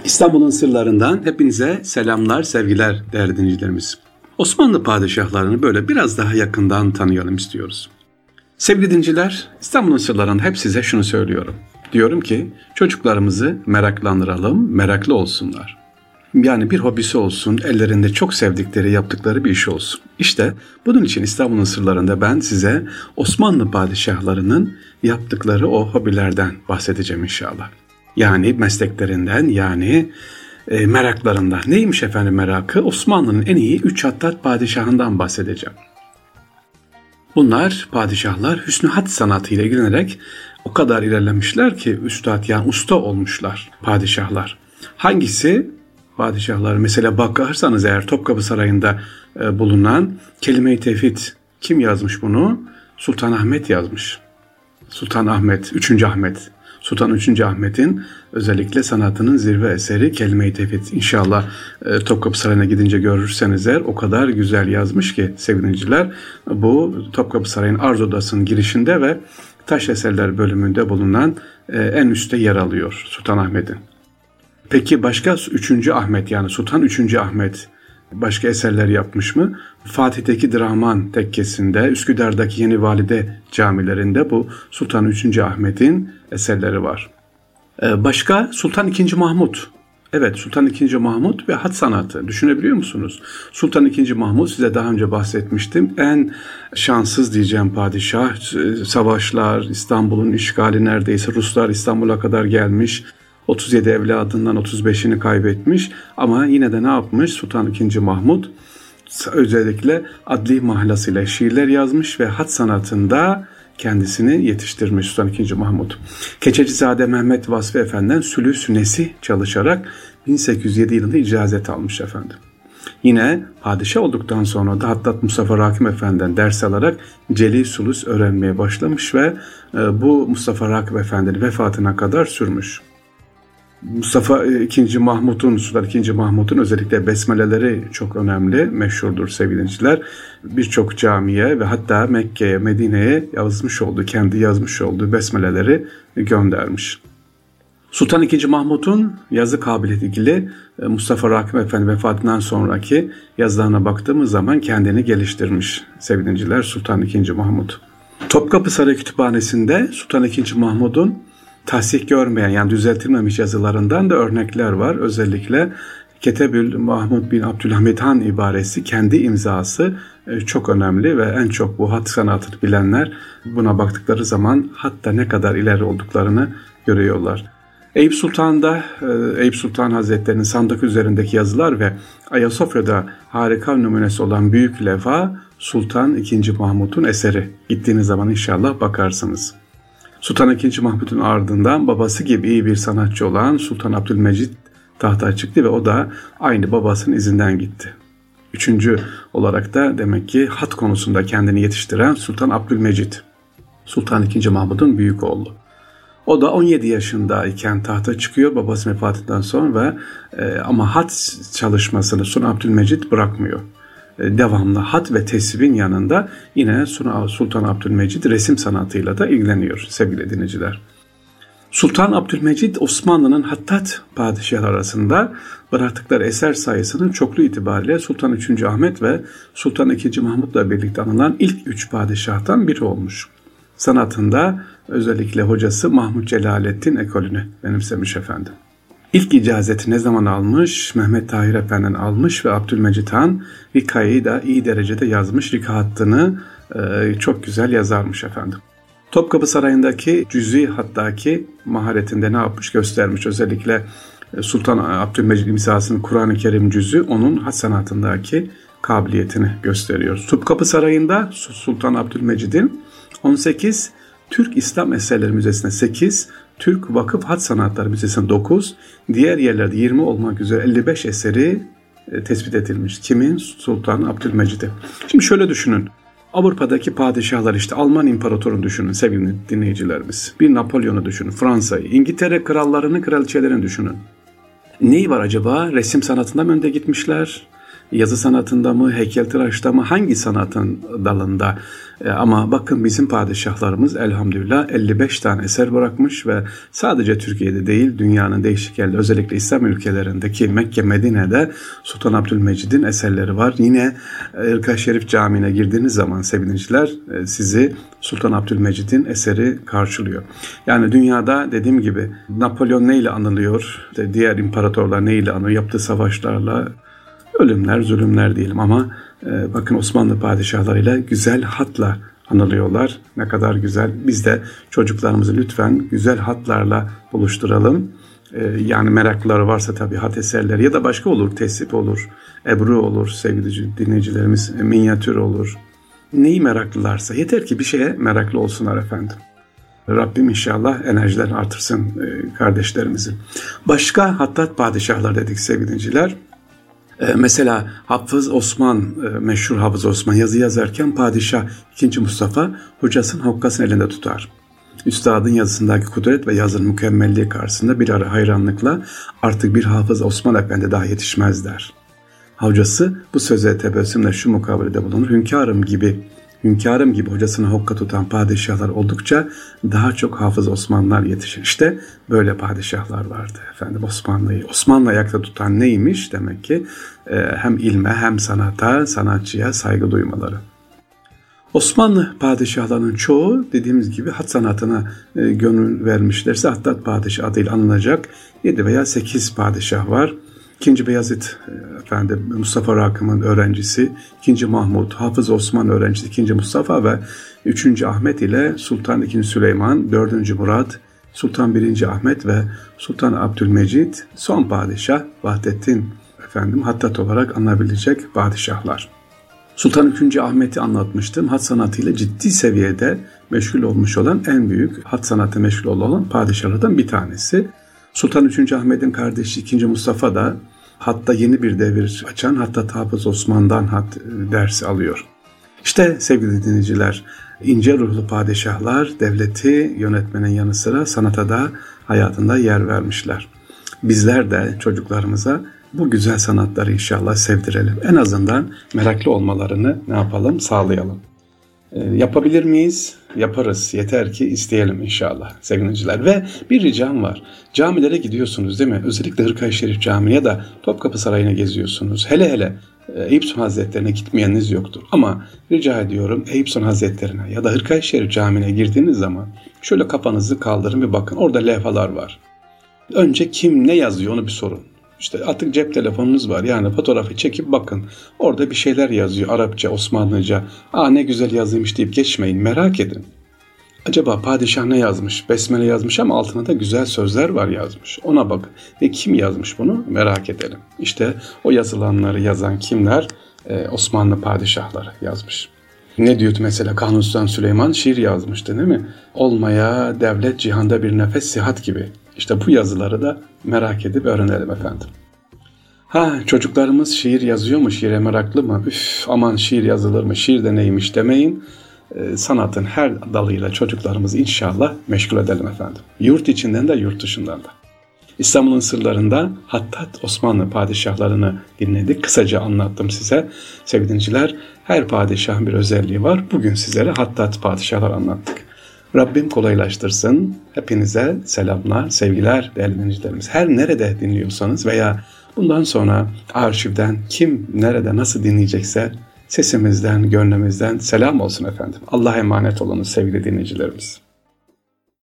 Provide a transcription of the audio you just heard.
İstanbul'un sırlarından hepinize selamlar, sevgiler değerli dinleyicilerimiz. Osmanlı padişahlarını böyle biraz daha yakından tanıyalım istiyoruz. Sevgili dinleyiciler, İstanbul'un sırlarında hep size şunu söylüyorum. Diyorum ki çocuklarımızı meraklandıralım, meraklı olsunlar. Yani bir hobisi olsun, ellerinde çok sevdikleri, yaptıkları bir iş olsun. İşte bunun için İstanbul'un sırlarında ben size Osmanlı padişahlarının yaptıkları o hobilerden bahsedeceğim inşallah. Yani mesleklerinden, yani meraklarından. Neymiş efendim merakı? Osmanlı'nın en iyi 3 hattat padişahından bahsedeceğim. Bunlar padişahlar hüsnü hat sanatıyla ilgilenerek o kadar ilerlemişler ki üstad yani usta olmuşlar padişahlar. Hangisi? Padişahlar mesela bakarsanız eğer Topkapı Sarayı'nda bulunan Kelime-i Tevhid kim yazmış bunu? Sultan Ahmet yazmış. Sultan Ahmet, 3. Ahmet. Sultan 3. Ahmet'in özellikle sanatının zirve eseri Kelime-i Tevhid. İnşallah Topkapı Sarayı'na gidince görürseniz eğer o kadar güzel yazmış ki sevgiliciler. Bu Topkapı Sarayı'nın arz odasının girişinde ve taş eserler bölümünde bulunan en üstte yer alıyor Sultan Ahmet'in. Peki başka 3. Ahmet yani Sultan 3. Ahmet başka eserler yapmış mı? Fatih'teki Draman tekkesinde, Üsküdar'daki Yeni Valide camilerinde bu Sultan 3. Ahmet'in eserleri var. Başka Sultan II. Mahmut. Evet, Sultan II. Mahmut ve hat sanatı. Düşünebiliyor musunuz? Sultan II. Mahmut size daha önce bahsetmiştim. En şanssız diyeceğim padişah. Savaşlar, İstanbul'un işgali neredeyse Ruslar İstanbul'a kadar gelmiş. 37 evladından 35'ini kaybetmiş ama yine de ne yapmış? Sultan II. Mahmut özellikle adli mahlasıyla şiirler yazmış ve hat sanatında kendisini yetiştirmiş Sultan II. Mahmut. Keçecizade Mehmet Vasfi Efendi'den sülûs-ü nesi çalışarak 1807 yılında icazet almış efendim. Yine padişah olduktan sonra da Hattat Mustafa Rakım Efendi'den ders alarak Celi Sulus öğrenmeye başlamış ve bu Mustafa Rakım Efendi'nin vefatına kadar sürmüş. Mustafa II. Mahmut'un, Sultan II. Mahmut'un özellikle besmeleleri çok önemli, meşhurdur sevgili dinleyiciler. Birçok camiye ve hatta Mekke'ye, Medine'ye kendi yazmış olduğu besmeleleri göndermiş. Sultan II. Mahmut'un yazı kabiliyeti ilgili Mustafa Rakım Efendi vefatından sonraki yazılarına baktığımız zaman kendini geliştirmiş sevgili dinleyiciler Sultan II. Mahmut. Topkapı Sarayı Kütüphanesi'nde Sultan II. Mahmut'un tahsih görmeyen yani düzeltilmemiş yazılarından da örnekler var. Özellikle Ketebül Mahmud bin Abdülhamid Han ibaresi kendi imzası çok önemli ve en çok bu hat sanatını bilenler buna baktıkları zaman hatta ne kadar ileri olduklarını görüyorlar. Eyüp Sultan Hazretleri'nin sandık üzerindeki yazılar ve Ayasofya'da harika numunesi olan büyük levha Sultan II. Mahmud'un eseri. Gittiğiniz zaman inşallah bakarsınız. Sultan II. Mahmud'un ardından babası gibi iyi bir sanatçı olan Sultan Abdülmecid tahta çıktı ve o da aynı babasının izinden gitti. 3. olarak da demek ki hat konusunda kendini yetiştiren Sultan Abdülmecid, Sultan II. Mahmud'un büyük oğlu. O da 17 yaşındayken tahta çıkıyor babasının vefatından sonra ama hat çalışmasını Sultan Abdülmecid bırakmıyor. Devamlı hat ve tesbin yanında yine Sultan Abdülmecid resim sanatıyla da ilgileniyor sevgili dinleyiciler. Sultan Abdülmecid Osmanlı'nın hattat padişahlar arasında bıraktıkları eser sayısının çoklu itibariyle Sultan 3. Ahmet ve Sultan II. Mahmud'la birlikte anılan ilk 3 padişahtan biri olmuş. Sanatında özellikle hocası Mahmud Celaleddin ekolünü benimsemiş efendim. İlk icazeti ne zaman almış? Mehmet Tahir Efendi'den almış ve Abdülmecid Han Rika'yı da iyi derecede yazmış. Rika hattını çok güzel yazarmış efendim. Topkapı Sarayı'ndaki cüz'i hattaki maharetinde ne yapmış göstermiş. Özellikle Sultan Abdülmecid imzasının Kur'an-ı Kerim cüz'ü onun hat sanatındaki kabiliyetini gösteriyor. Topkapı Sarayı'nda Sultan Abdülmecid'in 18, Türk İslam Eserleri Müzesi'nde 8, Türk Vakıf Hat Sanatları Müzesi'nde 9, diğer yerlerde 20 olmak üzere 55 eseri tespit edilmiş. Kimin? Sultan Abdülmecid'in. Şimdi şöyle düşünün. Avrupa'daki padişahlar işte Alman İmparatorunu düşünün sevgili dinleyicilerimiz. Bir Napolyon'u düşünün, Fransa'yı, İngiltere krallarını, kraliçelerini düşünün. Neyi var acaba? Resim sanatında mı önde gitmişler? Yazı sanatında mı, heykeltıraşta mı, hangi sanatın dalında? Ama bakın bizim padişahlarımız elhamdülillah 55 tane eser bırakmış ve sadece Türkiye'de değil dünyanın değişik yerlerinde, özellikle İslam ülkelerindeki Mekke, Medine'de Sultan Abdülmecid'in eserleri var. Yine Irka Şerif Camii'ne girdiğiniz zaman sevgiliciler sizi Sultan Abdülmecid'in eseri karşılıyor. Yani dünyada dediğim gibi Napolyon neyle anılıyor, diğer imparatorlar neyle anılıyor, yaptığı savaşlarla, ölümler, zulümler diyelim ama bakın Osmanlı padişahlarıyla güzel hatla anılıyorlar. Ne kadar güzel. Biz de çocuklarımızı lütfen güzel hatlarla buluşturalım. Yani meraklıları varsa tabii hat eserleri ya da başka olur, tesip olur, ebru olur, sevgili dinleyicilerimiz, minyatür olur. Neyi meraklılarsa yeter ki bir şeye meraklı olsunlar efendim. Rabbim inşallah enerjilerini artırsın kardeşlerimizin. Başka hattat padişahlar dedik sevgili dinleyiciler. Mesela Hafız Osman, meşhur Hafız Osman yazı yazarken padişah 2. Mustafa hocasının hokkasını elinde tutar. Üstadın yazısındaki kudret ve yazının mükemmelliği karşısında bir ara hayranlıkla artık bir Hafız Osman Efendi daha yetişmez der. Hocası bu söze tebessümle şu mukavelede bulunur. Hünkârım gibi hocasına hokka tutan padişahlar oldukça daha çok Hafız Osmanlılar yetişir. İşte böyle padişahlar vardı efendim Osmanlı'yı. Osmanlı ayakta tutan neymiş? Demek ki hem ilme hem sanata, sanatçıya saygı duymaları. Osmanlı padişahlarının çoğu dediğimiz gibi hat sanatına gönül vermişlerse Hattat Padişah adıyla anılacak 7 veya 8 padişah var. 2. Beyazıt efendim Mustafa Rakım'ın öğrencisi, 2. Mahmud, Hafız Osman öğrencisi 2. Mustafa ve 3. Ahmet ile Sultan 2. Süleyman, 4. Murat, Sultan 1. Ahmet ve Sultan Abdülmecid son padişah Vahdettin efendim Hattat olarak anılabilecek padişahlar. Sultan 3. Ahmet'i anlatmıştım. Hat sanatıyla ciddi seviyede meşgul olmuş olan en büyük hat sanatı meşgul olan padişahlardan bir tanesi. Sultan 3. Ahmet'in kardeşi 2. Mustafa da hatta yeni bir devir açan Hattat Hafız Osman'dan hat dersi alıyor. İşte sevgili dinleyiciler, ince ruhlu padişahlar devleti yönetmenin yanı sıra sanata da hayatında yer vermişler. Bizler de çocuklarımıza bu güzel sanatları inşallah sevdirelim. En azından meraklı olmalarını ne yapalım? Sağlayalım. Yapabilir miyiz? Yaparız. Yeter ki isteyelim inşallah sevgiliciler. Ve bir ricam var. Camilere gidiyorsunuz değil mi? Özellikle Hırka-i Şerif Camii ya da Topkapı Sarayı'na geziyorsunuz. Hele hele Eyüp Sultan Hazretleri'ne gitmeyeniniz yoktur. Ama rica ediyorum Eyüp Sultan Hazretleri'ne ya da Hırka-i Şerif Camii'ne girdiğiniz zaman şöyle kafanızı kaldırın bir bakın. Orada levhalar var. Önce kim ne yazıyor onu bir sorun. İşte artık cep telefonunuz var. Yani fotoğrafı çekip bakın. Orada bir şeyler yazıyor. Arapça, Osmanlıca. Ne güzel yazıymış deyip geçmeyin. Merak edin. Acaba padişah ne yazmış? Besmele yazmış ama altına da güzel sözler var yazmış. Ona bakın. Ve kim yazmış bunu? Merak edelim. İşte o yazılanları yazan kimler? Osmanlı padişahları yazmış. Ne diyordu mesela Kanuni Sultan Süleyman şiir yazmıştı değil mi? Olmaya devlet cihanda bir nefes sihat gibi. İşte bu yazıları da merak edip öğrenelim efendim. Çocuklarımız şiir yazıyor mu? Şiire meraklı mı? Aman şiir yazılır mı? Şiir de neymiş demeyin. Sanatın her dalıyla çocuklarımızı inşallah meşgul edelim efendim. Yurt içinden de yurt dışından da. İstanbul'un sırlarında Hattat Osmanlı padişahlarını dinledik. Kısaca anlattım size. Sevgili dinleyiciler, her padişahın bir özelliği var. Bugün sizlere Hattat padişahlar anlattık. Rabbim kolaylaştırsın. Hepinize selamlar, sevgiler değerli dinleyicilerimiz. Her nerede dinliyorsanız veya bundan sonra arşivden kim, nerede, nasıl dinleyecekse sesimizden, gönlümüzden selam olsun efendim. Allah'a emanet olunuz sevgili dinleyicilerimiz.